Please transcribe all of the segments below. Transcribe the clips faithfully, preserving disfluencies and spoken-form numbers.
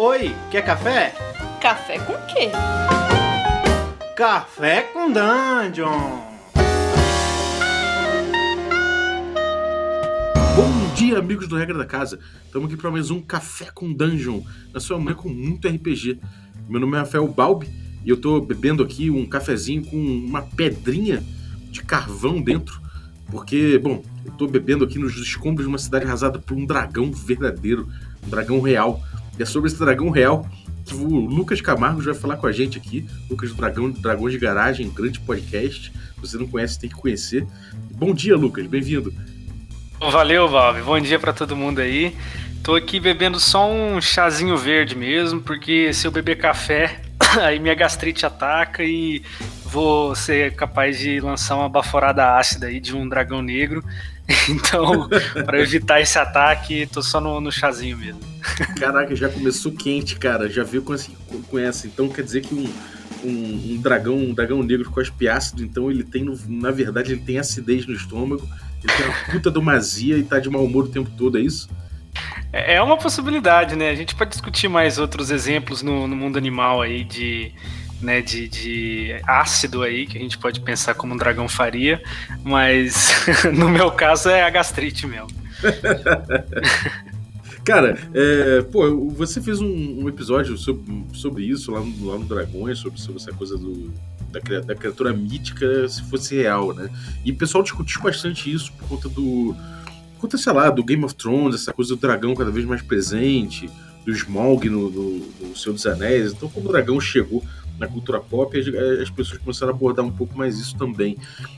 Oi, quer café? Café com quê? Café com Dungeon! Bom dia, amigos do Regra da Casa. Estamos aqui para mais um Café com Dungeon, na sua manhã com muito R P G. Meu nome é Rafael Balbi e eu tô bebendo aqui um cafezinho com uma pedrinha de carvão dentro, porque, bom, eu tô bebendo aqui nos escombros de uma cidade arrasada por um dragão verdadeiro, um dragão real. E é sobre esse dragão real que o Lucas Camargo vai falar com a gente aqui. Lucas do Dragão, Dragões de Garagem, grande podcast. Se você não conhece, tem que conhecer. Bom dia, Lucas, bem-vindo. Valeu, Valve. Bom dia pra todo mundo aí. Tô aqui bebendo só um chazinho verde mesmo, porque se eu beber café, aí minha gastrite ataca e vou ser capaz de lançar uma baforada ácida aí de um dragão negro. Então, para evitar esse ataque, tô só no, no chazinho mesmo. Caraca, já começou quente, cara. Já veio com essa. Com essa. Então quer dizer que um, um, um dragão um dragão negro cospe ácido, então ele tem, no, na verdade, ele tem acidez no estômago, ele tem uma puta domazia e tá de mau humor o tempo todo, é isso? É uma possibilidade, né? A gente pode discutir mais outros exemplos no, no mundo animal aí de... Né, de, de ácido aí, que a gente pode pensar como um dragão faria, mas no meu caso é a gastrite mesmo. Cara, é, pô, você fez um, um episódio sobre, sobre isso lá no, lá no Dragões, sobre, sobre essa coisa do, da, da criatura mítica se fosse real, né? E o pessoal discutiu bastante isso por conta do, por conta, sei lá, do Game of Thrones, essa coisa do dragão cada vez mais presente, do Smaug no, no, no Senhor dos Anéis. Então, quando o dragão chegou na cultura pop, as, as pessoas começaram a abordar um pouco mais isso também.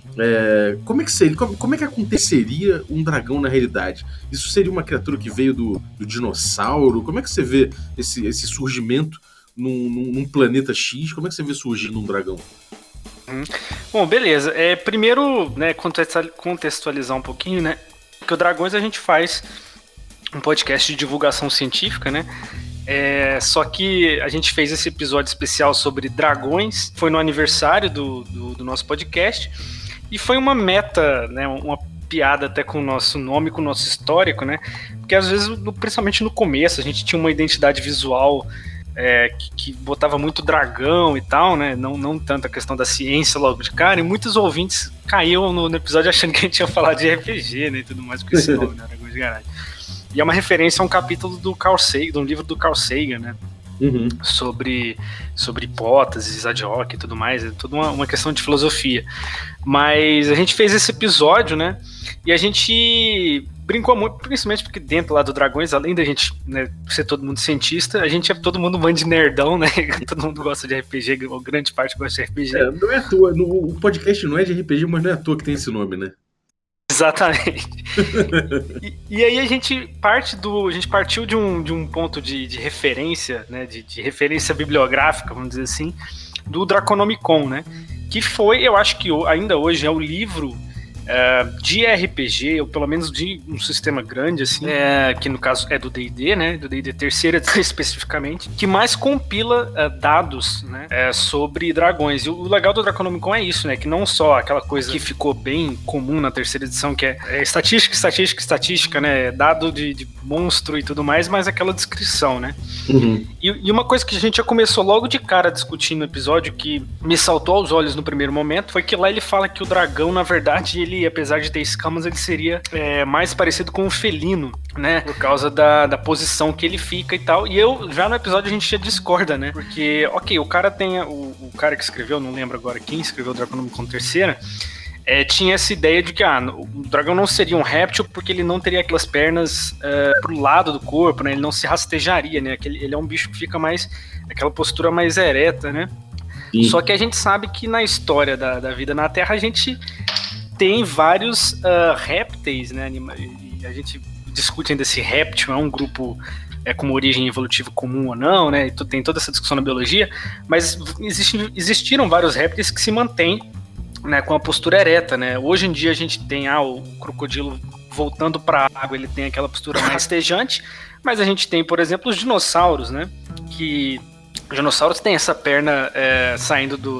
É, como é que seria, como, como é que aconteceria um dragão na realidade? Isso seria uma criatura que veio do, do dinossauro? Como é que você vê esse, esse surgimento num, num, num planeta X? Como é que você vê surgindo um dragão? Hum. Bom, beleza. É, primeiro, né, contextualizar um pouquinho, né? Que o Dragões a gente faz um podcast de divulgação científica, né? É, só que a gente fez esse episódio especial sobre dragões, foi no aniversário do, do, do nosso podcast, e foi uma meta, né, uma piada até com o nosso nome, com o nosso histórico, né, porque às vezes, principalmente no começo, a gente tinha uma identidade visual é, que, que botava muito dragão e tal, né, não, não tanto a questão da ciência logo de cara, e muitos ouvintes caíam no, no episódio achando que a gente ia falar de R P G, né, e tudo mais com esse nome, né, Dragões de Garagem. E é uma referência a um capítulo do Carl Sagan, de um livro do Carl Sagan, né? Uhum. Sobre, sobre hipóteses, ad hoc e tudo mais, é tudo uma, uma questão de filosofia. Mas a gente fez esse episódio, né? E a gente brincou muito, principalmente porque dentro lá do Dragões, além da gente, né, ser todo mundo cientista, a gente é todo mundo um bando de nerdão, né? Todo mundo gosta de R P G, ou grande parte gosta de R P G. É, não é à toa, no, o podcast não é de R P G, mas não é à toa que tem esse nome, né? Exatamente. e, e aí a gente parte do. A gente partiu de um, de um ponto de, de referência, né? De, de referência bibliográfica, vamos dizer assim, do Draconomicon, né? Que foi, eu acho que ainda hoje é o livro uh, de R P G, ou pelo menos de um sistema grande, assim, é, que no caso é do D e D, né? Do D e D terceira especificamente, que mais compila uh, dados, né? É, sobre dragões. E o legal do Draconomicon é isso, né? Que não só aquela coisa que ficou bem comum na terceira edição, que é, é estatística, estatística, estatística, né? Dado de, de monstro e tudo mais, mas aquela descrição, né? Uhum. E, e uma coisa que a gente já começou logo de cara discutindo no episódio, que me saltou aos olhos no primeiro momento, foi que lá ele fala que o dragão, na verdade, ele, apesar de ter escamas, ele seria é, mais parecido com um felino, né? Por causa da, da posição que ele fica e tal. E eu, já no episódio, a gente já discorda, né? Porque, ok, o cara tem... O, o cara que escreveu, não lembro agora quem escreveu o Draconomicon terceira, é, tinha essa ideia de que ah, o dragão não seria um réptil porque ele não teria aquelas pernas uh, pro lado do corpo, né? Ele não se rastejaria, né? Aquele, ele é um bicho que fica mais... aquela postura mais ereta, né? Sim. Só que a gente sabe que na história da, da vida na Terra a gente tem vários uh, répteis, né? E a gente discute ainda se réptil é um grupo é, com uma origem evolutiva comum ou não, né? E tem toda essa discussão na biologia, mas existe, existiram vários répteis que se mantêm, né, com a postura ereta, né? Hoje em dia a gente tem ah, o crocodilo voltando para a água, ele tem aquela postura mais rastejante, mas a gente tem, por exemplo, os dinossauros, né? Que os dinossauros têm essa perna é, saindo do,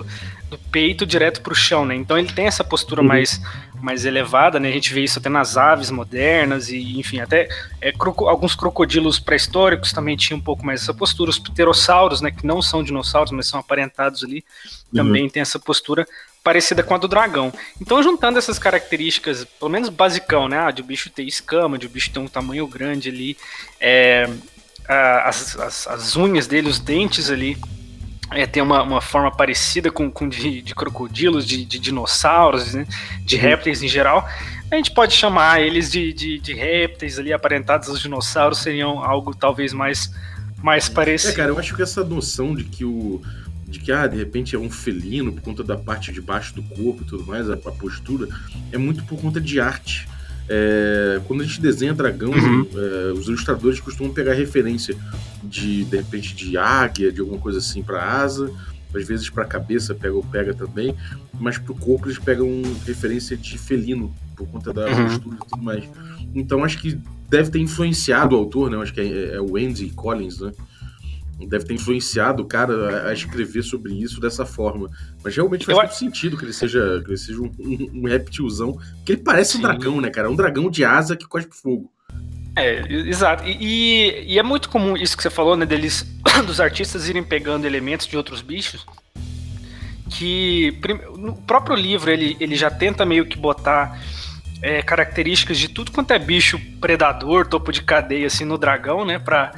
do peito direto para o chão, né? Então ele tem essa postura uhum. mais, mais elevada, né? A gente vê isso até nas aves modernas e, enfim, até é, croco, alguns crocodilos pré-históricos também tinham um pouco mais essa postura. Os pterossauros, né? Que não são dinossauros, mas são aparentados ali, também uhum. tem essa postura parecida com a do dragão. Então, juntando essas características, pelo menos basicão, né? Ah, de o bicho ter escama, de o bicho ter um tamanho grande ali, é, as, as, as unhas dele, os dentes ali, É, tem uma, uma forma parecida com, com de, de crocodilos, de, de dinossauros, né? De uhum. répteis em geral. A gente pode chamar eles de, de, de répteis ali, aparentados aos dinossauros, seriam algo talvez mais, mais parecido. É, cara, eu acho que essa noção de que o... de que, ah, de repente é um felino por conta da parte de baixo do corpo e tudo mais, a, a postura, é muito por conta de arte. É, quando a gente desenha dragão, uhum. é, os ilustradores costumam pegar referência de, de repente, de águia, de alguma coisa assim para asa, às vezes para a cabeça pega, pega também, mas para o corpo eles pegam referência de felino, por conta da uhum. postura e tudo mais. Então acho que deve ter influenciado o autor, né? Acho que é, é o Andy Collins, né? Deve ter influenciado o cara a escrever sobre isso dessa forma. Mas realmente faz eu... todo sentido que ele seja, que ele seja um, um, um reptilzão. Porque ele parece Sim. um dragão, né, cara? É um dragão de asa que cospe fogo. É, exato. E, e, e é muito comum isso que você falou, né? Deles, dos artistas irem pegando elementos de outros bichos. Que no próprio livro ele, ele já tenta meio que botar é, características de tudo quanto é bicho predador, topo de cadeia, assim, no dragão, né? Pra.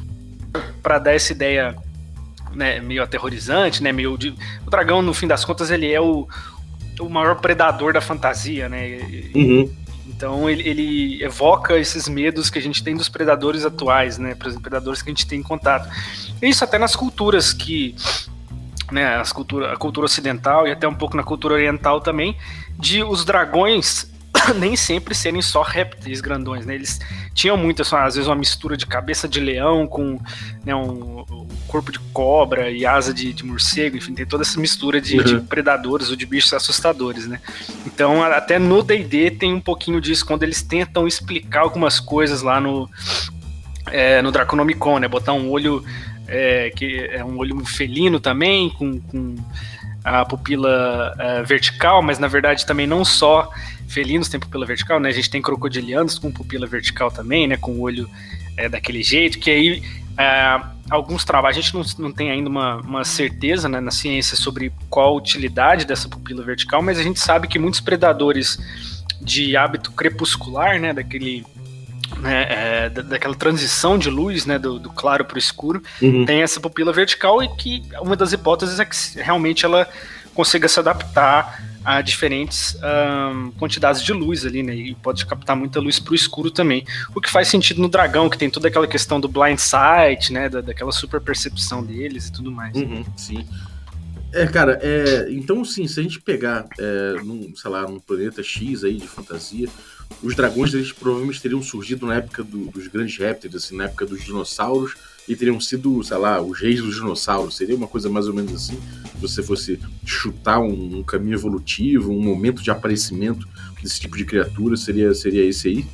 para dar essa ideia, né, meio aterrorizante, né, meio de... O dragão, no fim das contas, ele é o, o maior predador da fantasia, né? Uhum. Então ele, ele evoca esses medos que a gente tem dos predadores atuais, né, para os predadores que a gente tem em contato. Isso até nas culturas que, né, as cultura, a cultura ocidental e até um pouco na cultura oriental também, de os dragões nem sempre serem só répteis grandões, né? Eles tinham muito, às vezes, uma mistura de cabeça de leão com, né, um, um corpo de cobra e asa de, de morcego, enfim, tem toda essa mistura de, uhum. de predadores ou de bichos assustadores, né? Então, até no D e D tem um pouquinho disso, quando eles tentam explicar algumas coisas lá no, é, no Draconomicon, né? Botar um olho, é, que é um olho felino também, com... com a pupila uh, vertical, mas na verdade também não só felinos têm pupila vertical, né? A gente tem crocodilianos com pupila vertical também, né? Com o olho é, daquele jeito, que aí uh, alguns trabalhos, a gente não, não tem ainda uma, uma certeza, né, na ciência sobre qual a utilidade dessa pupila vertical, mas a gente sabe que muitos predadores de hábito crepuscular, né? Daquele... Né, é, daquela transição de luz, né, do, do claro para o escuro, uhum. tem essa pupila vertical e que uma das hipóteses é que realmente ela consiga se adaptar a diferentes um, quantidades de luz ali, né, e pode captar muita luz para o escuro também, o que faz sentido no dragão, que tem toda aquela questão do blind sight, né, da, daquela super percepção deles e tudo mais. Uhum, sim. É, cara, é, então sim, se a gente pegar é, num, sei lá, num planeta X aí de fantasia, os dragões eles provavelmente teriam surgido na época do, dos grandes répteis, assim, na época dos dinossauros, e teriam sido, sei lá, os reis dos dinossauros. Seria uma coisa mais ou menos assim, se você fosse chutar um, um caminho evolutivo, um momento de aparecimento desse tipo de criatura, seria, seria esse aí?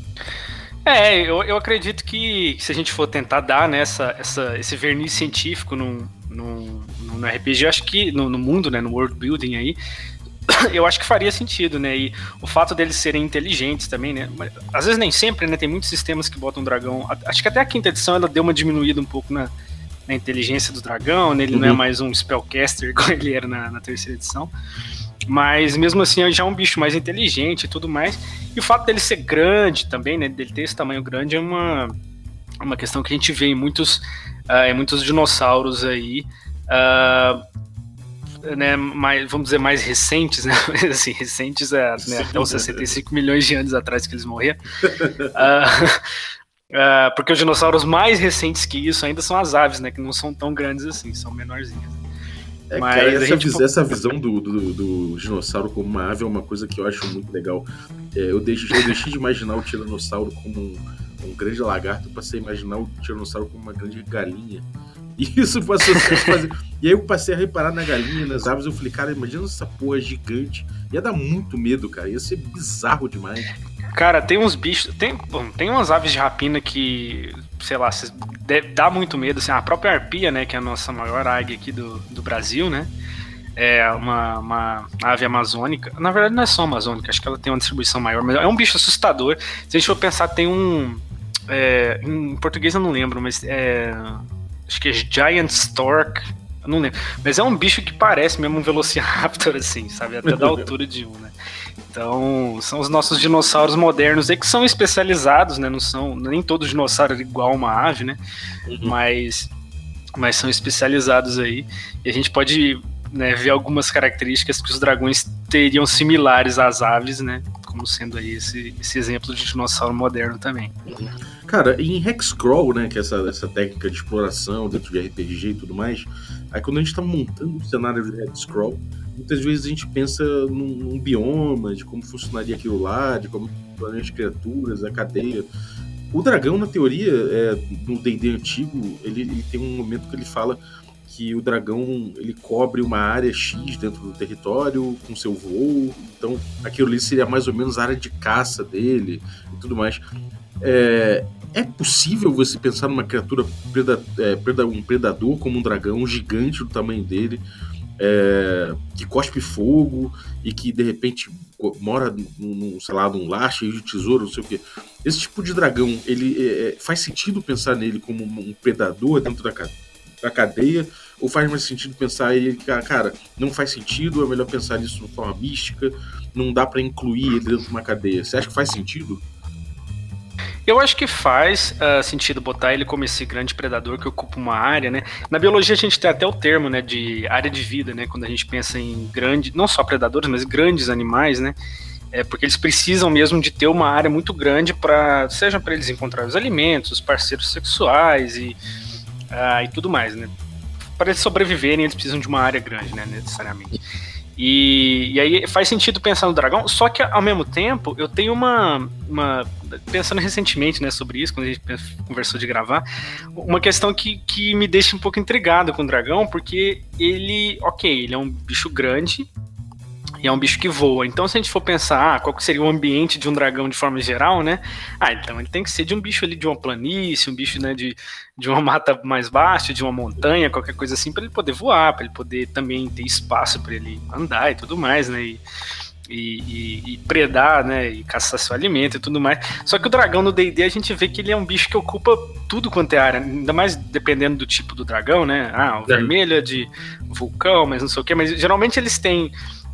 É, eu, eu acredito que se a gente for tentar dar, né, essa, essa, esse verniz científico no, no, no R P G, eu acho que no, no mundo, né, no world building aí, eu acho que faria sentido, né? E o fato deles serem inteligentes também, né? Mas, às vezes nem sempre, né? Tem muitos sistemas que botam o dragão. Acho que até a quinta edição ela deu uma diminuída um pouco na, na inteligência do dragão, né? Ele uhum. não é mais um spellcaster igual ele era na, na terceira edição. Mas mesmo assim é já um bicho mais inteligente e tudo mais. E o fato dele ser grande também, né? Dele ter esse tamanho grande é uma, uma questão que a gente vê em muitos, uh, em muitos dinossauros aí. Uh, Né, mais, vamos dizer, mais recentes, né? Assim, recentes é, né, até os sessenta e cinco milhões de anos atrás que eles morreram. uh, uh, porque os dinossauros mais recentes que isso ainda são as aves, né? Que não são tão grandes assim, são menorzinhas. É, Mas cara, essa, gente... vis- essa visão do, do, do dinossauro como uma ave é uma coisa que eu acho muito legal. É, eu, deixo, eu deixei de imaginar o tiranossauro como um, um grande lagarto, eu passei a imaginar o tiranossauro como uma grande galinha. E isso passou a fazer. E aí eu passei a reparar na galinha, nas aves, eu falei, cara, imagina essa porra gigante. Ia dar muito medo, cara. Ia ser bizarro demais. Cara, tem uns bichos. Tem, bom, tem umas aves de rapina que, sei lá, dá muito medo. Assim, a própria arpia, né? Que é a nossa maior águia aqui do, do Brasil, né? é uma, uma ave amazônica. Na verdade, não é só amazônica, acho que ela tem uma distribuição maior, mas é um bicho assustador. Se a gente for pensar, tem um... É, em português eu não lembro, mas é, acho que é Giant Stork, eu não lembro. Mas é um bicho que parece mesmo um Velociraptor, assim, sabe? Até da altura de um, né? Então, são os nossos dinossauros modernos aí que são especializados, né? Não são, nem todo dinossauro é igual a uma ave, né? Uhum. Mas, mas são especializados aí. E a gente pode, né, ver algumas características que os dragões teriam similares às aves, né? Como sendo aí esse, esse exemplo de dinossauro moderno também. Cara, em Hexcrawl, né, que é essa, essa técnica de exploração dentro de R P G e tudo mais, aí quando a gente tá montando o cenário de Hexcrawl, muitas vezes a gente pensa num, num bioma, de como funcionaria aquilo lá, de como funcionariam as criaturas, a cadeia. O dragão, na teoria, é, no D e D antigo, ele, ele tem um momento que ele fala que o dragão, ele cobre uma área X dentro do território com seu voo, então aquilo ali seria mais ou menos a área de caça dele e tudo mais. É, é possível você pensar numa criatura, preda, é, preda, um predador como um dragão, um gigante do tamanho dele, é, que cospe fogo e que de repente mora num, sei lá, num lar cheio de tesouro, não sei o quê. Esse tipo de dragão, ele é, faz sentido pensar nele como um predador dentro da, da cadeia, ou faz mais sentido pensar ele, cara, não faz sentido, é melhor pensar nisso de forma mística, não dá pra incluir ele dentro de uma cadeia. Você acha que faz sentido? Eu acho que faz uh, sentido botar ele como esse grande predador que ocupa uma área, né? Na biologia a gente tem até o termo, né, de área de vida, né? Quando a gente pensa em grande, não só predadores, mas grandes animais, né? É porque eles precisam mesmo de ter uma área muito grande para, seja para eles encontrar os alimentos, os parceiros sexuais e, uh, e tudo mais, né? Para eles sobreviverem, eles precisam de uma área grande, né? Necessariamente. E, e aí faz sentido pensar no dragão, só que ao mesmo tempo eu tenho uma, uma pensando recentemente, né, sobre isso, quando a gente conversou de gravar, uma questão que, que me deixa um pouco intrigado com o dragão, porque ele, ok, ele é um bicho grande e é um bicho que voa, então se a gente for pensar, ah, qual que seria o ambiente de um dragão de forma geral, né, ah, então ele tem que ser de um bicho ali de uma planície, um bicho, né, de, de uma mata mais baixa, de uma montanha, qualquer coisa assim, para ele poder voar, para ele poder também ter espaço para ele andar e tudo mais, né, e, e, e, e predar, né, e caçar seu alimento e tudo mais. Só que o dragão no D e D a gente vê que ele é um bicho que ocupa tudo quanto é área, ainda mais dependendo do tipo do dragão, né, ah, o vermelho é de vulcão, mas não sei o que, mas geralmente eles têm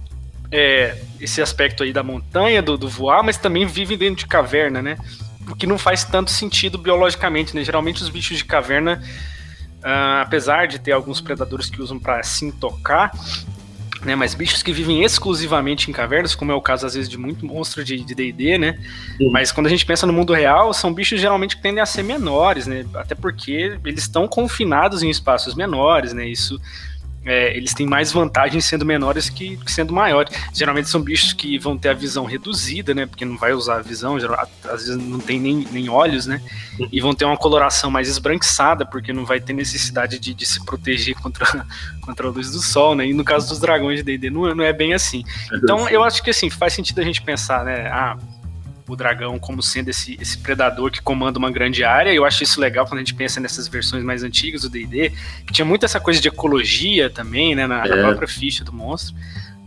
É, esse aspecto aí da montanha, do, do voar, mas também vivem dentro de caverna, né? O que não faz tanto sentido biologicamente, né? Geralmente os bichos de caverna, uh, apesar de ter alguns predadores que usam para se intocar, né? Mas bichos que vivem exclusivamente em cavernas, como é o caso às vezes de muito monstro de D e D, né? Uhum. Mas quando a gente pensa no mundo real, são bichos geralmente que tendem a ser menores, né? Até porque eles estão confinados em espaços menores, né? Isso... É, eles têm mais vantagem sendo menores que, que sendo maiores. Geralmente são bichos que vão ter a visão reduzida, né? Porque não vai usar a visão, geral, às vezes não tem nem, nem olhos, né? E vão ter uma coloração mais esbranquiçada, porque não vai ter necessidade de, de se proteger contra, contra a luz do sol, né? E no caso dos dragões de D e D não, não é bem assim. Então eu acho que assim, faz sentido a gente pensar, né? Ah, o dragão como sendo esse, esse predador que comanda uma grande área. Eu acho isso legal quando a gente pensa nessas versões mais antigas do D e D, que tinha muito essa coisa de ecologia também, né, na, é. na própria ficha do monstro,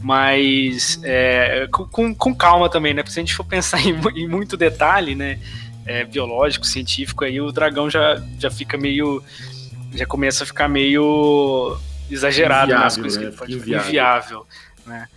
mas é, com, com calma também, né, porque se a gente for pensar em, em muito detalhe, né, é, biológico, científico, aí o dragão já, já fica meio, já começa a ficar meio exagerado inviável, nas coisas, né? Que ele pode inviável. inviável, né.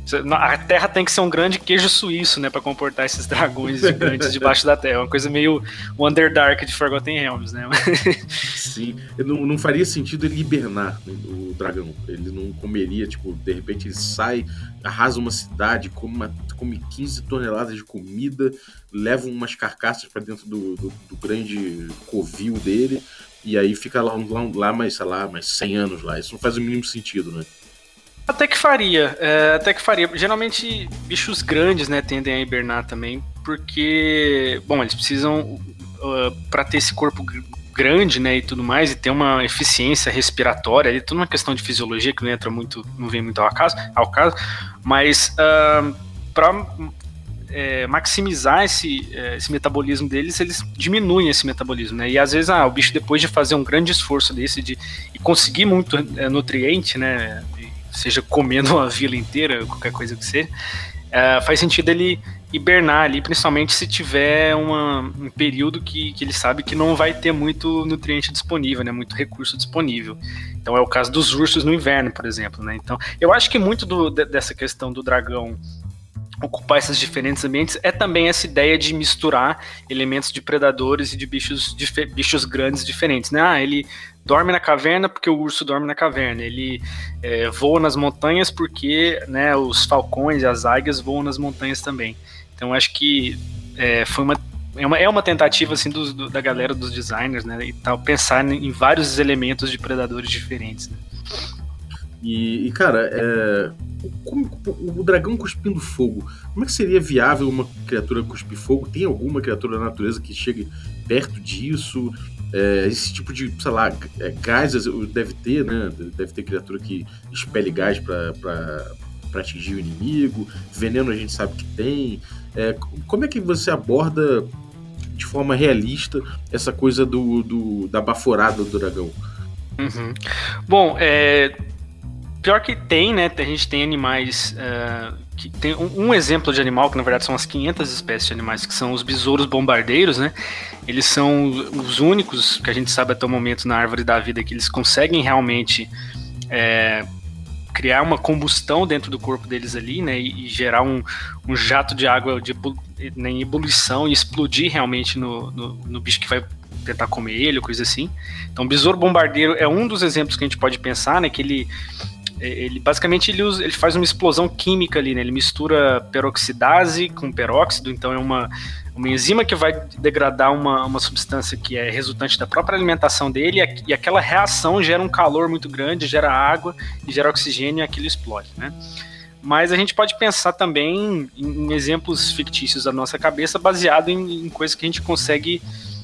A Terra tem que ser um grande queijo suíço, né, pra comportar esses dragões gigantes debaixo da Terra. Uma coisa meio Underdark de Forgotten Realms, né? Sim, não, não faria sentido ele hibernar, né, o dragão. Ele não comeria, tipo, de repente ele sai, arrasa uma cidade, come, uma, come quinze toneladas de comida, leva umas carcaças pra dentro do, do, do grande covil dele, e aí fica lá, lá, lá mais, sei lá, mais cem anos lá. Isso não faz o mínimo sentido, né? Até que faria, é, até que faria. Geralmente bichos grandes, né, tendem a hibernar também, porque, bom, eles precisam, uh, para ter esse corpo grande, né, e tudo mais, e ter uma eficiência respiratória, é tudo uma questão de fisiologia que não entra muito, não vem muito ao caso, ao caso mas uh, para é, maximizar esse, esse metabolismo deles, eles diminuem esse metabolismo, né, e às vezes ah, o bicho depois de fazer um grande esforço desse de e conseguir muito é, nutriente, né, seja comendo uma vila inteira, qualquer coisa que seja, uh, faz sentido ele hibernar ali, principalmente se tiver uma, um período que, que ele sabe que não vai ter muito nutriente disponível, né, muito recurso disponível. Então é o caso dos ursos no inverno, por exemplo, né? Então eu acho que muito do, de, dessa questão do dragão ocupar esses diferentes ambientes é também essa ideia de misturar elementos de predadores e de bichos, de bichos grandes diferentes, né? Ah, ele dorme na caverna porque o urso dorme na caverna, ele é, voa nas montanhas porque, né, os falcões e as águias voam nas montanhas também. Então acho que é, foi uma, é, uma, é uma tentativa assim, do, do, da galera dos designers, né, e tal, pensar em vários elementos de predadores diferentes, né? E, e cara, é, como, o dragão cuspindo fogo, como é que seria viável uma criatura cuspir fogo? Tem alguma criatura da natureza que chegue perto disso? É, esse tipo de, sei lá, é, gás deve ter, né? Deve ter criatura que expele gás pra, pra, pra atingir o inimigo. Veneno a gente sabe que tem. É, como é que você aborda de forma realista essa coisa do, do, da baforada do dragão? Uhum. Bom, é... pior que tem, né? A gente tem animais... Uh, que tem um, um exemplo de animal, que na verdade são as quinhentas espécies de animais, que são os besouros bombardeiros, né? Eles são os únicos que a gente sabe até o momento na árvore da vida que eles conseguem realmente é, criar uma combustão dentro do corpo deles ali, né? E, e gerar um, um jato de água de, né, em ebulição e explodir realmente no, no, no bicho que vai tentar comer ele, ou coisa assim. Então o besouro bombardeiro é um dos exemplos que a gente pode pensar, né? Que ele... ele basicamente ele, usa, ele faz uma explosão química ali, né? Ele mistura peroxidase com peróxido, então é uma, uma enzima que vai degradar uma, uma substância que é resultante da própria alimentação dele, e, e aquela reação gera um calor muito grande, gera água e gera oxigênio, e aquilo explode, né? Mas a gente pode pensar também em, em exemplos fictícios da nossa cabeça, baseado em, em coisas que a gente consegue,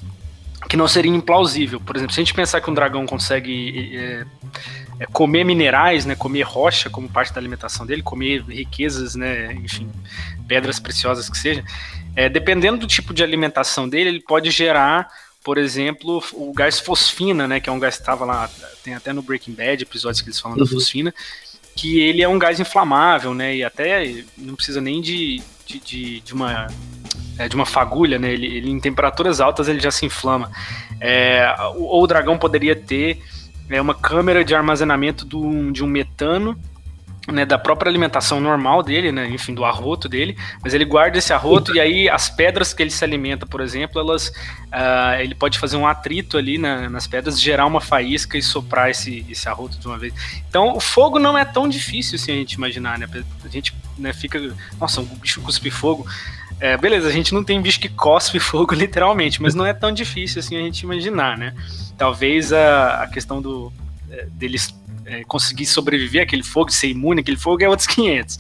que não seria implausível. Por exemplo, se a gente pensar que um dragão consegue é, é, comer minerais, né, comer rocha como parte da alimentação dele, comer riquezas, né, enfim, pedras preciosas que seja, é, dependendo do tipo de alimentação dele, ele pode gerar, por exemplo, o gás fosfina, né, que é um gás que estava lá, tem até no Breaking Bad episódios que eles falam uhum. da fosfina, que ele é um gás inflamável, né, e até não precisa nem de, de, de, de uma... É, de uma fagulha, né? Ele, ele em temperaturas altas ele já se inflama. É, ou o dragão poderia ter é, uma câmera de armazenamento do, de um metano, né, da própria alimentação normal dele, né, enfim, do arroto dele, mas ele guarda esse arroto e aí as pedras que ele se alimenta, por exemplo, elas, uh, ele pode fazer um atrito ali na, nas pedras, gerar uma faísca e soprar esse, esse arroto de uma vez. Então o fogo não é tão difícil assim a gente imaginar, né? A gente, né, fica, nossa, um bicho cuspe fogo. É, beleza, a gente não tem bicho que cospe fogo literalmente, mas não é tão difícil assim a gente imaginar, né? Talvez a, a questão do, é, deles é, conseguir sobreviver àquele fogo, ser imune àquele fogo é outros quinhentos,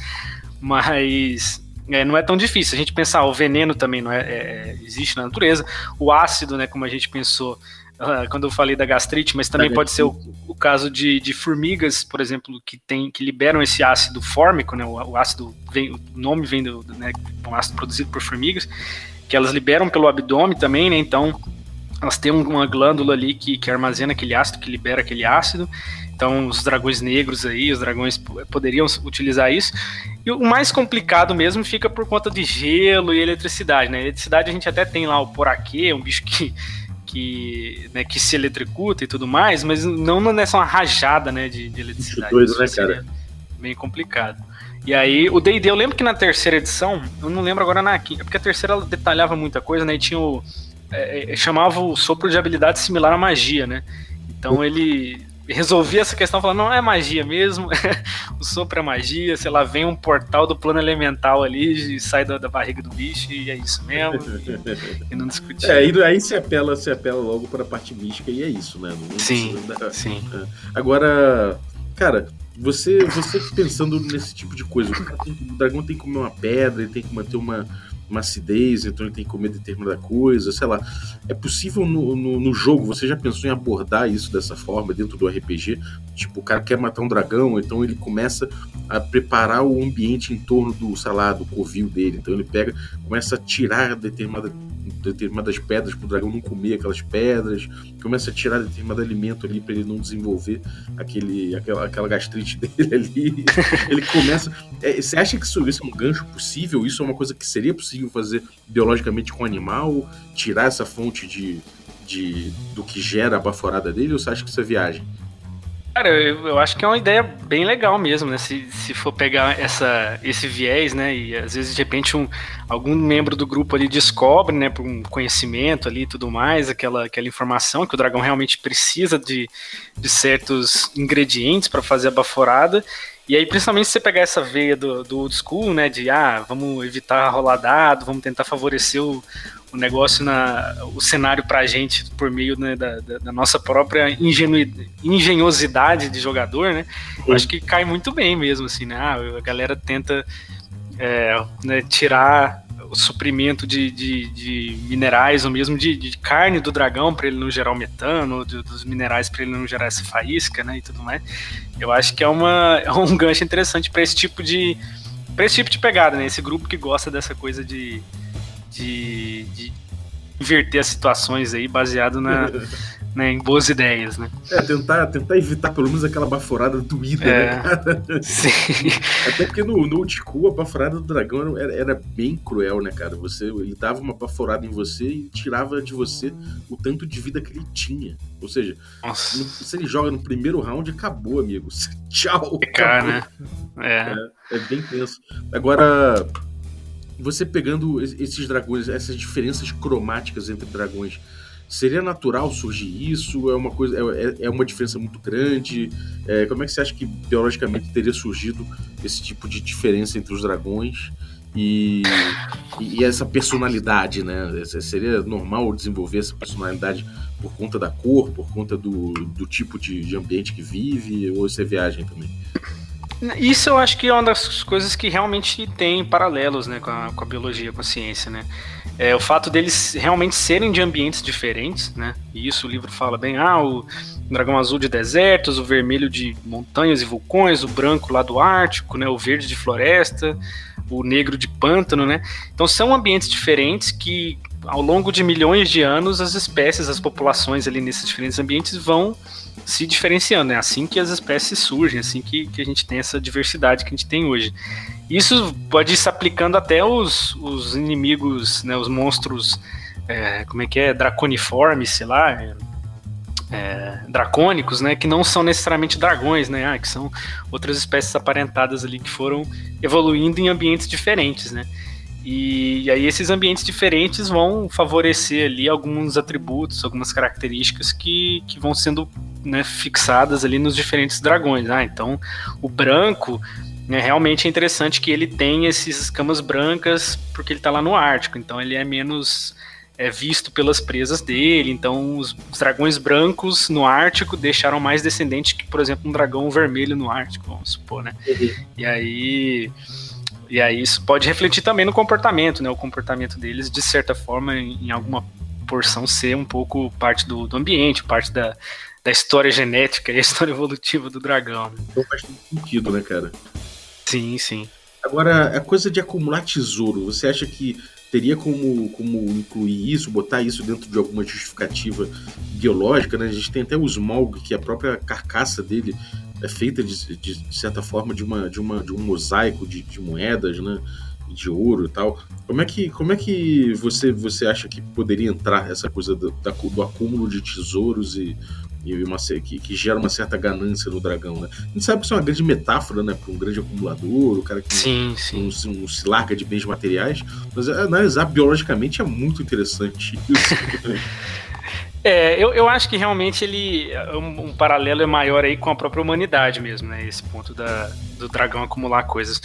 mas é, não é tão difícil. A gente pensar, o veneno também não é, é, existe na natureza, o ácido, né, como a gente pensou uh, quando eu falei da gastrite, mas também é pode ser o, o caso de, de formigas, por exemplo, que, tem, que liberam esse ácido fórmico, né, o, o ácido, vem, o nome vem do, né, um ácido produzido por formigas, que elas liberam pelo abdômen também, né, então elas têm uma glândula ali que, que armazena aquele ácido, que libera aquele ácido. Então os dragões negros aí, os dragões poderiam utilizar isso. E o mais complicado mesmo fica por conta de gelo e eletricidade, né? Eletricidade a gente até tem lá o poraquê, um bicho que, que, né, que se eletricuta e tudo mais, mas não nessa uma rajada, né, de, de eletricidade. Doido, né, cara? Bem complicado. E aí, o D e D, eu lembro que na terceira edição, eu não lembro agora na quinta, porque a terceira ela detalhava muita coisa, né? E tinha o... É, chamava o sopro de habilidade similar à magia, né? Então ele resolvia essa questão falando, não é magia mesmo, o sopro é magia, sei lá, vem um portal do plano elemental ali e sai da, da barriga do bicho e é isso mesmo, e, e não discutia. É, aí, aí se apela, se apela logo para a parte mística e é isso, né? Não sim, da... sim. Agora, cara, você, você pensando nesse tipo de coisa, o, cara tem, o dragão tem que comer uma pedra, ele tem que manter uma uma acidez, então ele tem que comer determinada coisa, sei lá. É possível no, no, no jogo, você já pensou em abordar isso dessa forma dentro do R P G? Tipo, o cara quer matar um dragão, então ele começa a preparar o ambiente em torno do, sei lá, do covil dele. Então ele pega, começa a tirar determinada determinadas pedras para o dragão não comer aquelas pedras, começa a tirar determinado alimento ali para ele não desenvolver aquele, aquela, aquela gastrite dele ali. Ele começa... É, você acha que isso, isso é um gancho possível? Isso é uma coisa que seria possível fazer biologicamente com o animal? Tirar essa fonte de, de, do que gera a baforada dele? Ou você acha que isso é viagem? Cara, eu, eu acho que é uma ideia bem legal mesmo, né? Se, se for pegar essa, esse viés, né? E às vezes, de repente, um, algum membro do grupo ali descobre, né? Por um conhecimento ali e tudo mais, aquela, aquela informação que o dragão realmente precisa de, de certos ingredientes para fazer a baforada. E aí, principalmente, se você pegar essa veia do, do old school, né? De, ah, vamos evitar rolar dado, vamos tentar favorecer o, o negócio, na, o cenário pra gente por meio, né, da, da, da nossa própria ingenu, engenhosidade de jogador, né? Eu acho que cai muito bem mesmo, assim, né? Ah, a galera tenta é, né, tirar o suprimento de, de, de minerais ou mesmo de, de carne do dragão para ele não gerar o metano, de, dos minerais para ele não gerar essa faísca, né, e tudo mais. Eu acho que é, uma, é um gancho interessante para esse tipo de para esse tipo de pegada, né? Esse grupo que gosta dessa coisa de, de, de inverter as situações aí baseado na, né, em boas ideias, né? É, tentar, tentar evitar pelo menos aquela baforada doída, é, né, cara? Sim. Até porque no, no old school, a baforada do dragão era, era bem cruel, né, cara? Você, ele dava uma baforada em você e tirava de você o tanto de vida que ele tinha. Ou seja, no, se ele joga no primeiro round, acabou, amigo. Tchau. É, cara, né? É. É, é bem tenso. Agora, você pegando esses dragões, essas diferenças cromáticas entre dragões, seria natural surgir isso? É uma coisa, é, é uma diferença muito grande? É, como é que você acha que biologicamente teria surgido esse tipo de diferença entre os dragões e, e essa personalidade, né? Seria normal desenvolver essa personalidade por conta da cor, por conta do, do tipo de, de ambiente que vive, ou isso é viagem também? Isso eu acho que é uma das coisas que realmente tem paralelos, né, com a, com a biologia, com a ciência, né? É, o fato deles realmente serem de ambientes diferentes, né? E isso o livro fala bem, ah, o dragão azul de desertos, o vermelho de montanhas e vulcões, o branco lá do Ártico, né? O verde de floresta, o negro de pântano, né? Então são ambientes diferentes que, ao longo de milhões de anos, as espécies, as populações ali nesses diferentes ambientes vão se diferenciando, é assim que as espécies surgem, assim que, que a gente tem essa diversidade que a gente tem hoje. Isso pode ir se aplicando até os, os inimigos, né, os monstros, é, como é que é, draconiformes, sei lá, é, é, dracônicos, né, que não são necessariamente dragões, né, ah, que são outras espécies aparentadas ali que foram evoluindo em ambientes diferentes, né. E, e aí esses ambientes diferentes vão favorecer ali alguns atributos, algumas características que, que vão sendo, né, fixadas ali nos diferentes dragões. Ah, então o branco, né, realmente é interessante que ele tenha essas escamas brancas porque ele está lá no Ártico, então ele é menos é, visto pelas presas dele, então os, os dragões brancos no Ártico deixaram mais descendentes que, por exemplo, um dragão vermelho no Ártico, vamos supor, né? Uhum. E aí... E aí isso pode refletir também no comportamento, né? O comportamento deles, de certa forma, em, em alguma porção, ser um pouco parte do, do ambiente, parte da, da história genética e a história evolutiva do dragão. Né? Então faz todo sentido, né, cara? Sim, sim. Agora, a coisa de acumular tesouro, você acha que teria como, como incluir isso, botar isso dentro de alguma justificativa biológica, né? A gente tem até o Smaug, que a própria carcaça dele é feita de, de, de certa forma de, uma, de, uma, de um mosaico de, de moedas, né, de ouro e tal. Como é que, como é que você, você acha que poderia entrar essa coisa do, da, do acúmulo de tesouros e, e uma, que, que gera uma certa ganância no dragão, né? A gente sabe que isso é uma grande metáfora, né, para um grande acumulador, o cara que sim, sim. Não, não se larga de bens materiais, mas analisar biologicamente é muito interessante isso. É, eu, eu acho que realmente ele um, um paralelo é maior aí com a própria humanidade mesmo, né? Esse ponto da, do dragão acumular coisas.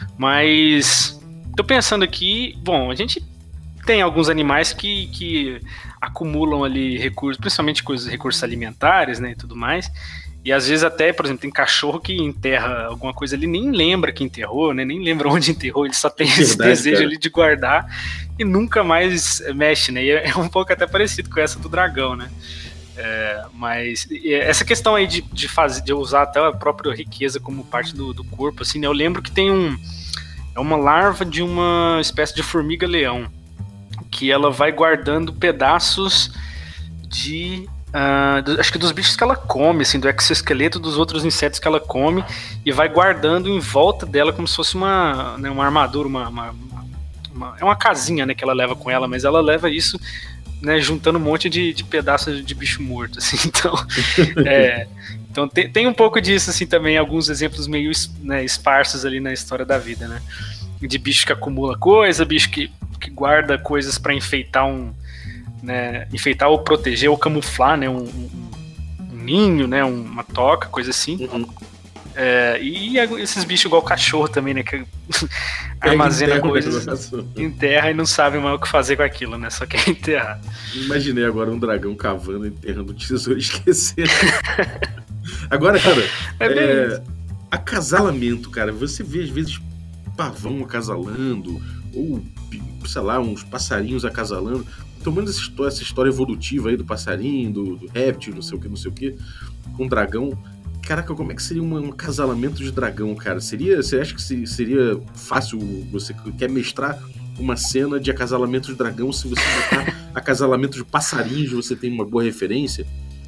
Mas tô pensando aqui, bom, a gente tem alguns animais que, que acumulam ali recursos, principalmente coisas, recursos alimentares, né, e tudo mais. E às vezes até, por exemplo, tem cachorro que enterra alguma coisa ali, nem lembra que enterrou, né? Nem lembra onde enterrou, ele só tem esse Verdade, desejo cara. ali de guardar e nunca mais mexe, né? E é um pouco até parecido com essa do dragão, né? É, mas essa questão aí de, de, fazer, de usar até a própria riqueza como parte do, do corpo, assim, né? Eu lembro que tem um... É uma larva de uma espécie de formiga-leão, que ela vai guardando pedaços de... Uh, do, acho que dos bichos que ela come, assim, do exoesqueleto dos outros insetos que ela come, e vai guardando em volta dela como se fosse uma, né, uma armadura, uma, uma, uma, é uma casinha, né, que ela leva com ela, mas ela leva isso, né, juntando um monte de, de pedaços de bicho morto, assim, então, é, então tem, tem um pouco disso, assim, também, alguns exemplos meio, né, esparsos ali na história da vida, né, de bicho que acumula coisa, bicho que, que guarda coisas para enfeitar um Né, enfeitar ou proteger ou camuflar, né, um, um, um ninho, né, uma toca, coisa assim. Uhum. É, e esses bichos igual cachorro também, né, que armazena coisas, enterra e não sabe mais o que fazer com aquilo, né, só quer enterrar. Imaginei agora um dragão cavando, enterrando o tesouro e esquecendo. Agora, cara, é é, acasalamento, cara, você vê às vezes pavão acasalando, ou, sei lá, uns passarinhos acasalando. Tomando essa história, essa história evolutiva aí do passarinho, do, do réptil, não sei o que, não sei o que, com dragão. Caraca, como é que seria um, um acasalamento de dragão, cara? Seria, você acha que seria fácil, você quer mestrar uma cena de acasalamento de dragão, se você botar acasalamento de passarinhos, você tem uma boa referência?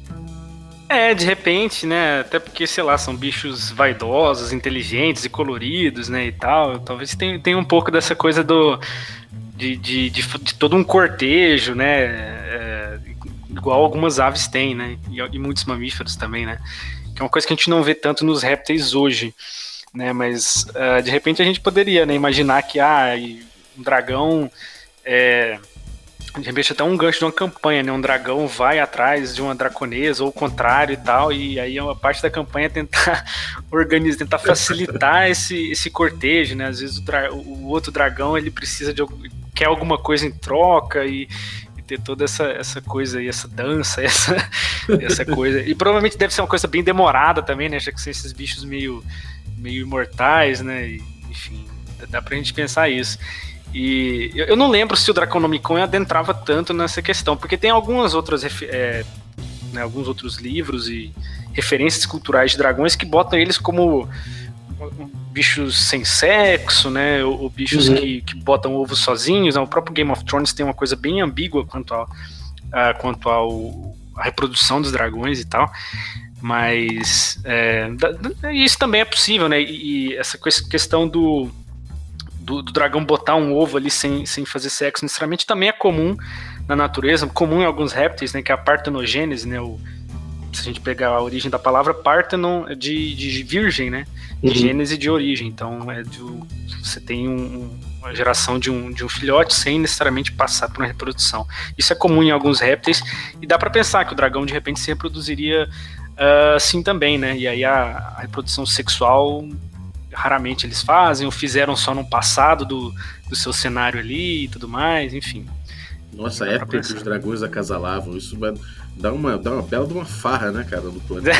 É, de repente, né, até porque, sei lá, são bichos vaidosos, inteligentes e coloridos, né, e tal, talvez tenha, tenha um pouco dessa coisa do... De, de, de, de todo um cortejo, né, é, igual algumas aves têm, né, e, e muitos mamíferos também, né, que é uma coisa que a gente não vê tanto nos répteis hoje, né, mas uh, de repente a gente poderia, né, imaginar que ah, um dragão, é, de repente até um gancho de uma campanha, né, um dragão vai atrás de uma draconesa ou o contrário e tal, e aí a parte da campanha é tentar organizar, tentar facilitar esse, esse cortejo, né, às vezes o, dra- o outro dragão ele precisa de quer alguma coisa em troca e, e ter toda essa, essa coisa aí, essa dança, essa, essa coisa. E provavelmente deve ser uma coisa bem demorada também, né? Já que são esses bichos meio, meio imortais, né? E, enfim, dá pra gente pensar isso. E eu, eu não lembro se o Draconomicon adentrava tanto nessa questão, porque tem algumas outras é, né, alguns outros livros e referências culturais de dragões que botam eles como bichos sem sexo, né, ou, ou bichos uhum. que, que botam ovos sozinhos, né? O próprio Game of Thrones tem uma coisa bem ambígua quanto ao, a, quanto ao a reprodução dos dragões e tal, mas é, da, isso também é possível, né, e, e essa questão do, do, do dragão botar um ovo ali sem, sem fazer sexo necessariamente também é comum na natureza, comum em alguns répteis, né, que é a partenogênese, né, o se a gente pegar a origem da palavra Parthenon, é de, de virgem, né? De uhum. gênese de origem. Então, é de, você tem um, uma geração de um, de um filhote sem necessariamente passar por uma reprodução. Isso é comum em alguns répteis, e dá para pensar que o dragão, de repente, se reproduziria uh, assim também, né? E aí a, a reprodução sexual, raramente eles fazem, ou fizeram só no passado do, do seu cenário ali e tudo mais, enfim. Nossa, a época que os dragões acasalavam, isso vai dar uma, dar uma bela de uma farra, né, cara, no planeta.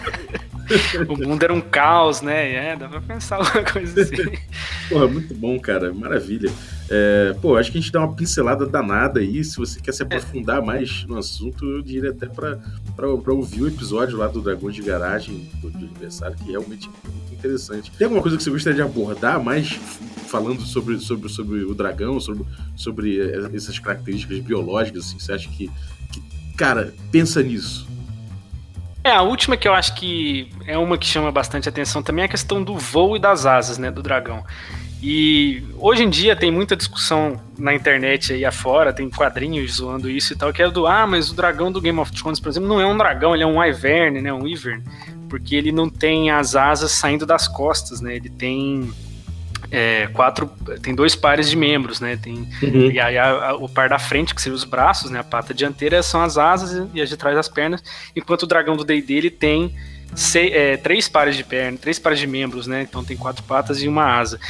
O mundo era um caos, né? É, dá pra pensar alguma coisa assim. Porra, muito bom, cara, maravilha. É, pô, acho que a gente dá uma pincelada danada aí. Se você quer se aprofundar mais no assunto, eu diria até pra, pra, pra ouvir o episódio lá do Dragões de Garagem, do, do aniversário, que realmente é muito interessante. Tem alguma coisa que você gostaria de abordar mais, falando sobre, sobre, sobre o dragão, sobre, sobre essas características biológicas, assim, você acha que, que, cara, pensa nisso? É, a última que eu acho que é uma que chama bastante atenção também é a questão do voo e das asas, né, do dragão. E hoje em dia tem muita discussão na internet aí afora, tem quadrinhos zoando isso e tal, que é do, ah, mas o dragão do Game of Thrones, por exemplo, não é um dragão, ele é um wyvern, né, um wyvern, porque ele não tem as asas saindo das costas, né, ele tem... É, quatro, tem dois pares de membros, né? Tem, uhum. E aí a, a, o par da frente, que seriam os braços, né? A pata dianteira são as asas e as de trás as pernas, enquanto o dragão do D e D ele tem seis, é, três pares de pernas, três pares de membros, né? Então tem quatro patas e uma asa.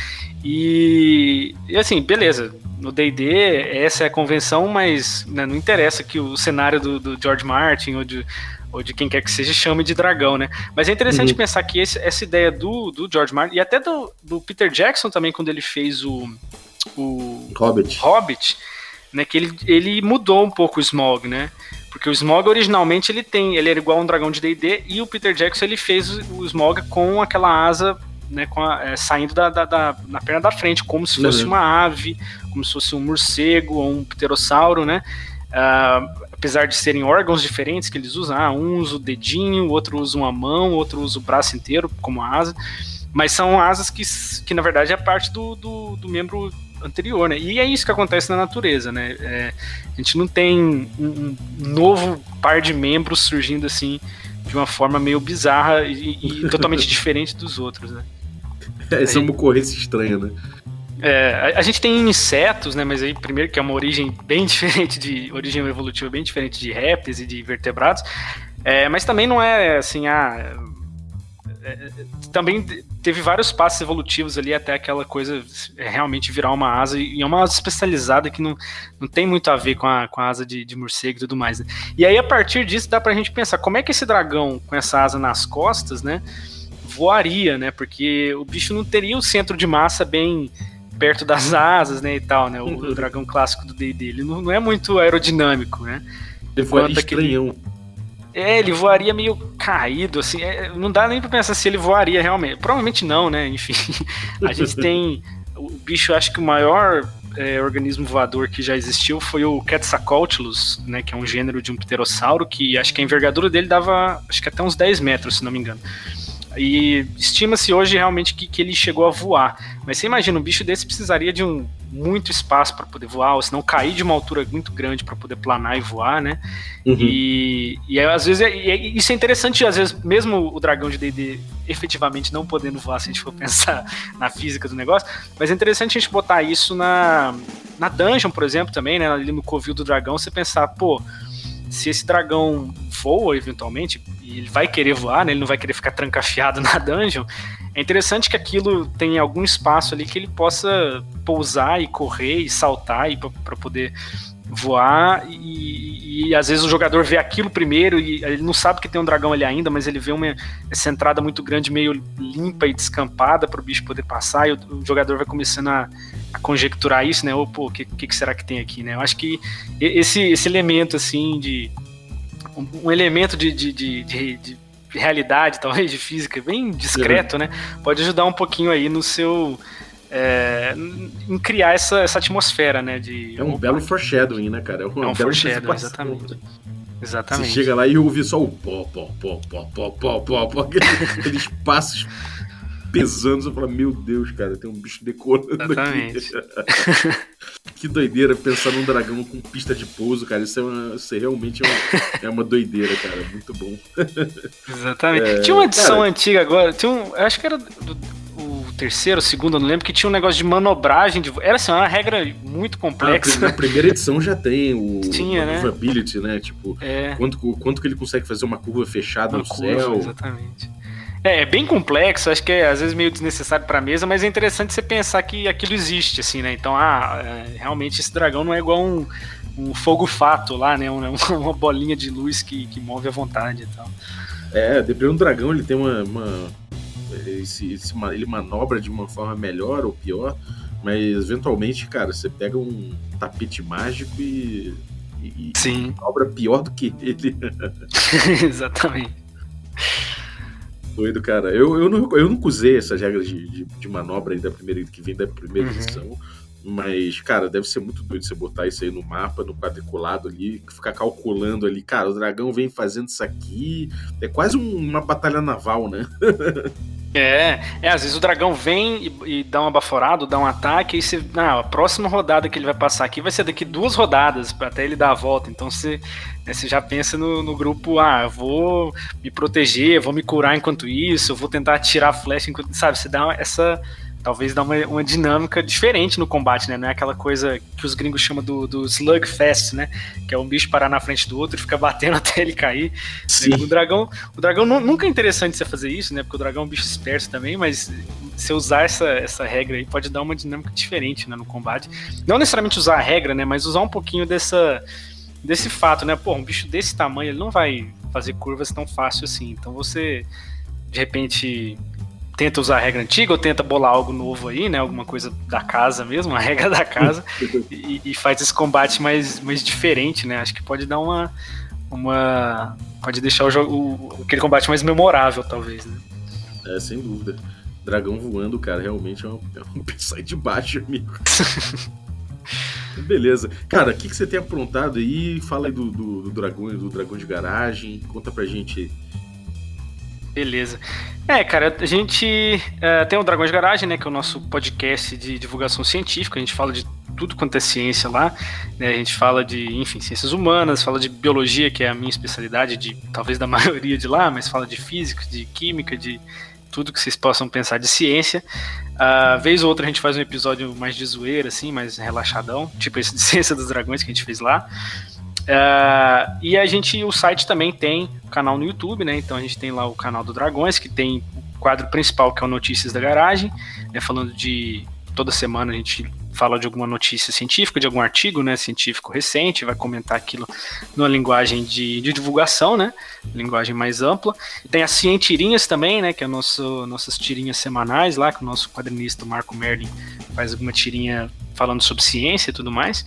E, e assim, beleza, no D e D essa é a convenção, mas né, não interessa que o cenário do, do George Martin ou de ou de quem quer que seja, chame de dragão, né? Mas é interessante uhum. pensar que esse, essa ideia do, do George Martin, e até do, do Peter Jackson também, quando ele fez o, o Hobbit, Hobbit né, que ele, ele mudou um pouco o Smaug, né? Porque o Smaug, originalmente, ele tem, ele era igual a um dragão de D e D, e o Peter Jackson, ele fez o Smaug com aquela asa né, com a, é, saindo da, da, da, na perna da frente, como se fosse uhum. uma ave, como se fosse um morcego ou um pterossauro, né? Uh, apesar de serem órgãos diferentes que eles usam, ah, um usa o dedinho, o outro usa uma mão, o outro usa o braço inteiro como asa, mas são asas que, que na verdade é parte do, do, do membro anterior, né? E é isso que acontece na natureza, né? É, a gente não tem um, um novo par de membros surgindo assim de uma forma meio bizarra e, e totalmente diferente dos outros, né? Essa é uma ocorrência estranha, né? É, a, a gente tem insetos, né? Mas aí, primeiro, que é uma origem bem diferente de origem evolutiva, bem diferente de répteis e de vertebrados. É, mas também não é assim, ah, é, também teve vários passos evolutivos ali até aquela coisa realmente virar uma asa, e é uma asa especializada que não, não tem muito a ver com a, com a asa de, de morcego e tudo mais, né? E aí, a partir disso, dá pra gente pensar como é que esse dragão com essa asa nas costas, né, voaria, né? Porque o bicho não teria o centro de massa bem perto das asas, né, e tal, né? O, o dragão clássico do D e D, ele não, não é muito aerodinâmico, né? Ele voaria estranhão. É, ele voaria meio caído, assim, é, não dá nem pra pensar se ele voaria realmente. Provavelmente não, né? Enfim, a gente tem o bicho, acho que o maior é, organismo voador que já existiu foi o Quetzalcoatlus, né? Que é um gênero de um pterossauro, que acho que a envergadura dele dava, acho que até uns dez metros, se não me engano. E estima-se hoje realmente que, que ele chegou a voar. Mas você imagina, um bicho desse precisaria de um, muito espaço para poder voar, ou senão cair de uma altura muito grande para poder planar e voar, né? Uhum. E, e às vezes é, é, isso é interessante, às vezes, mesmo o dragão de D e D efetivamente não podendo voar, se a gente for pensar na física do negócio, mas é interessante a gente botar isso na, na dungeon, por exemplo, também, né? Ali no covil do dragão, você pensar, pô, se esse dragão voa eventualmente, e ele vai querer voar, né, ele não vai querer ficar trancafiado na dungeon, é interessante que aquilo tenha algum espaço ali que ele possa pousar e correr e saltar para poder voar, e, e às vezes o jogador vê aquilo primeiro e ele não sabe que tem um dragão ali ainda, mas ele vê uma, essa entrada muito grande, meio limpa e descampada para o bicho poder passar, e o, o jogador vai começando a, a conjecturar isso, né? Ou, pô, o que, que será que tem aqui, né? Eu acho que esse, esse elemento, assim, de um, um elemento de, de, de, de, de realidade, talvez, de física, bem discreto, uhum. né? Pode ajudar um pouquinho aí no seu... É, em criar essa, essa atmosfera, né? De, é um opa, belo foreshadowing, né, cara? É, uma é um foreshadowing, exatamente. Exatamente. Você chega lá e ouve só o pó, pó, pó, pó, pó, pó, pó, pó, aqueles passos pesando, você fala, meu Deus, cara, tem um bicho decolando exatamente. Aqui. Que doideira pensar num dragão com pista de pouso, cara. Isso, é uma, isso realmente é uma, é uma doideira, cara. Muito bom. Exatamente. É, tinha uma edição cara, antiga agora, tinha um, acho que era do, o terceiro, o segundo, eu não lembro, que tinha um negócio de manobragem. De, era assim, uma regra muito complexa. Na primeira edição já tem o tinha, maneuverability, né? né? Tipo, é. quanto, quanto que ele consegue fazer uma curva fechada uma no curva, céu. Exatamente. É, é bem complexo, acho que é às vezes meio desnecessário pra mesa, mas é interessante você pensar que aquilo existe, assim, né? Então, ah, é, realmente esse dragão não é igual um, um fogo-fato lá, né? Uma, uma bolinha de luz que, que move à vontade e tal. É, dependendo do dragão, ele tem uma... uma esse, esse, ele manobra de uma forma melhor ou pior, mas eventualmente, cara, você pega um tapete mágico e... e Sim. manobra pior do que ele. Exatamente. Doido, cara. Eu, eu, não, eu nunca usei essas regras de, de, de manobra aí da primeira, que vem da primeira uhum. edição, mas, cara, deve ser muito doido você botar isso aí no mapa, no quadriculado ali, ficar calculando ali, cara, o dragão vem fazendo isso aqui, é quase um, uma batalha naval, né? É, é, às vezes o dragão vem e, e dá uma baforada, dá um ataque, e você, ah, a próxima rodada que ele vai passar aqui vai ser daqui duas rodadas, até ele dar a volta, então você, né, você já pensa no, no grupo, ah, eu vou me proteger, eu vou me curar enquanto isso, eu vou tentar atirar a flecha enquanto, sabe, você dá essa, talvez dá uma, uma dinâmica diferente no combate, né, não é aquela coisa que os gringos chamam do, do slugfest, né, que é um bicho parar na frente do outro e ficar batendo até ele cair. Sim. O dragão, o dragão nunca é interessante você fazer isso, né, porque o dragão é um bicho esperto também, mas se usar essa, essa regra aí pode dar uma dinâmica diferente, né, no combate. Não necessariamente usar a regra, né, mas usar um pouquinho dessa, desse fato, né, pô, um bicho desse tamanho, ele não vai fazer curvas tão fácil assim, então você, de repente... tenta usar a regra antiga ou tenta bolar algo novo aí, né? Alguma coisa da casa mesmo, a regra da casa, e, e faz esse combate mais, mais diferente, né? Acho que pode dar uma... uma pode deixar o jogo, o, aquele combate mais memorável, talvez, né? É, sem dúvida. dragão voando, cara, realmente é um, é um sai de baixo, amigo. Beleza. Cara, o que, que você tem aprontado aí? Fala aí do, do, do, dragão, do dragão de garagem. Conta pra gente aí. Beleza. É, cara, a gente uh, tem o Dragões de Garagem, né, que é o nosso podcast de divulgação científica. A gente fala de tudo quanto é ciência lá, né? A gente fala de, enfim, ciências humanas, fala de biologia, que é a minha especialidade, de talvez da maioria de lá, mas fala de física, de química, de tudo que vocês possam pensar de ciência. Uh, vez ou outra a gente faz um episódio mais de zoeira, assim, mais relaxadão, tipo esse de Ciência dos Dragões que a gente fez lá. Uh, e a gente, o site também tem canal no YouTube, né? Então a gente tem lá o canal do Dragões, que tem o quadro principal, que é o Notícias da Garagem, né? Falando de... Toda semana a gente fala de alguma notícia científica, de algum artigo, né, científico recente, vai comentar aquilo numa linguagem de, de divulgação, né, linguagem mais ampla. Tem as Cientirinhas também, né, que é nosso, nossas tirinhas semanais lá, que o nosso quadrinista Marco Merlin faz alguma tirinha falando sobre ciência e tudo mais.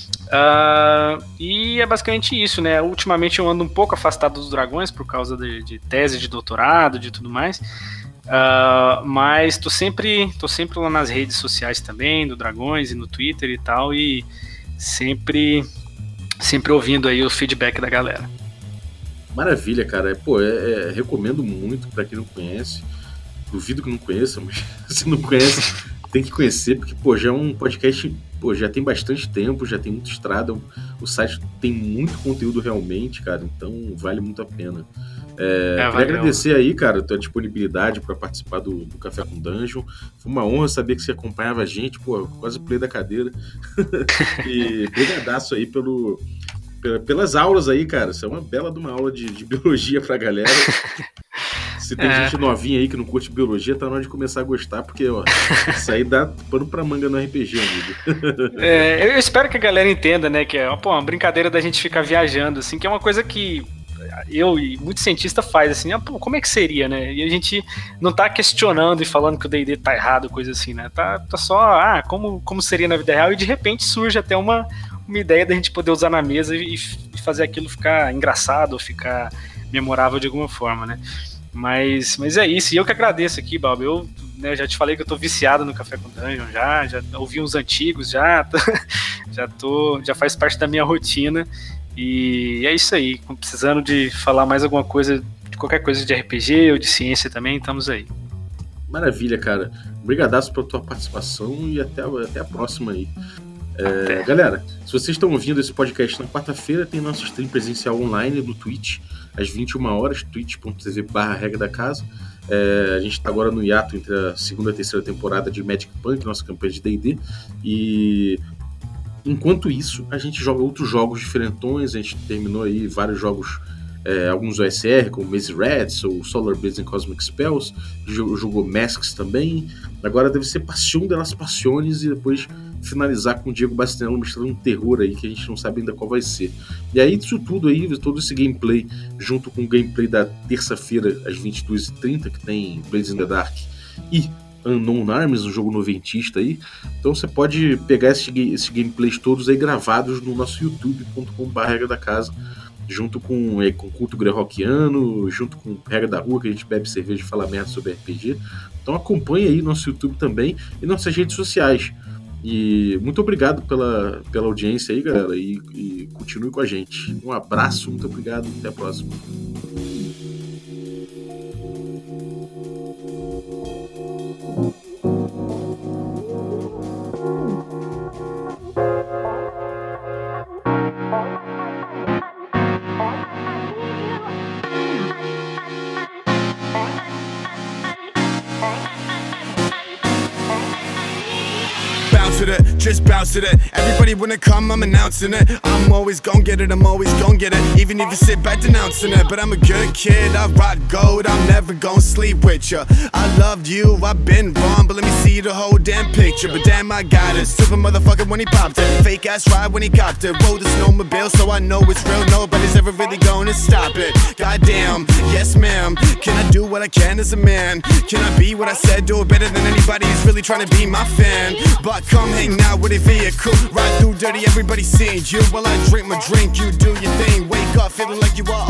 Uh, e é basicamente isso, né? Ultimamente eu ando um pouco afastado dos Dragões por causa de, de tese de doutorado, de tudo mais. Uh, mas tô sempre, tô sempre lá nas redes sociais também, do Dragões e no Twitter e tal, e sempre, sempre ouvindo aí o feedback da galera. Maravilha, cara. Pô, é, é, recomendo muito pra quem não conhece. Duvido que não conheça, mas se não conhece, tem que conhecer, porque, pô, já é um podcast, pô, já tem bastante tempo, já tem muito estrada, o site tem muito conteúdo realmente, cara, então vale muito a pena. É, é, queria agradecer aí, cara, a tua disponibilidade para participar do, do Café com Dungeon. Foi uma honra saber que você acompanhava a gente, pô, quase play da cadeira. E brigadaço aí pelo, pela, pelas aulas aí, cara. Isso é uma bela de uma aula de, de biologia pra galera. Se tem é. gente novinha aí que não curte biologia, tá na hora de começar a gostar, porque, ó, isso aí dá pano pra manga no R P G, amigo. É, eu espero que a galera entenda, né, que é pô, uma brincadeira da gente ficar viajando, assim, que é uma coisa que eu e muito cientista faz, assim, ah, pô, como é que seria, né? E a gente não tá questionando e falando que o D e D tá errado, coisa assim, né? Tá, tá só, ah, como, como seria na vida real, e de repente surge até uma, uma ideia da gente poder usar na mesa e, e fazer aquilo ficar engraçado, ou ficar memorável de alguma forma, né? Mas, mas é isso, e eu que agradeço aqui, Balbo. Eu, né, já te falei que eu tô viciado no Café com Dungeon, já, já ouvi uns antigos, já, tô, já, tô, já faz parte da minha rotina. E é isso aí, precisando de falar mais alguma coisa, de qualquer coisa de R P G ou de ciência também, estamos aí. Maravilha, cara. Obrigadaço pela tua participação e até, até a próxima aí. É, galera, se vocês estão ouvindo esse podcast na quarta-feira, tem nosso stream presencial online no Twitch, às vinte e uma horas, twitch ponto tv barra regra da casa. É, a gente está agora no hiato entre a segunda e a terceira temporada de Magic Punk, nossa campanha de D e D, e enquanto isso, a gente joga outros jogos diferentões. A gente terminou aí vários jogos, é, alguns O S R, como Maze Rats ou Solar Blades and Cosmic Spells, jogou Masks também. Agora deve ser Passion de las Passiones e depois finalizar com o Diego Bastianello mostrando um terror aí que a gente não sabe ainda qual vai ser. E aí, isso tudo aí, todo esse gameplay, junto com o gameplay da terça-feira às vinte e duas e trinta, que tem Blades in the Dark e Unknown Arms, um jogo noventista aí. Então você pode pegar esses, esses gameplays todos aí gravados no nosso youtube ponto com barra regra da casa, junto com, é, com Culto Greyhawkiano, junto com Regra da Rua, que a gente bebe cerveja e fala merda sobre R P G. Então acompanhe aí nosso YouTube também e nossas redes sociais. E muito obrigado pela, pela audiência aí, galera, e, e continue com a gente. Um abraço, muito obrigado, até a próxima. Just bounce to that. Everybody wanna come, I'm announcing it. I'm always gon' get it, I'm always gon' get it. Even if you sit back denouncing it. But I'm a good kid, I rock gold, I'm never gon' sleep with ya. I loved you, I've been wrong, but let me see the whole damn picture. But damn, I got it. Stupid motherfucker when he popped it. Fake ass ride when he copped it. Rode the snowmobile, so I know it's real. Nobody's ever really gonna stop it. Goddamn, yes ma'am. Can I do what I can as a man? Can I be what I said, do it better than anybody who's really trying to be my fan? But come hang out with a vehicle, ride through dirty, everybody seeing you. While I drink my drink, you do your thing. Wake up feeling like you are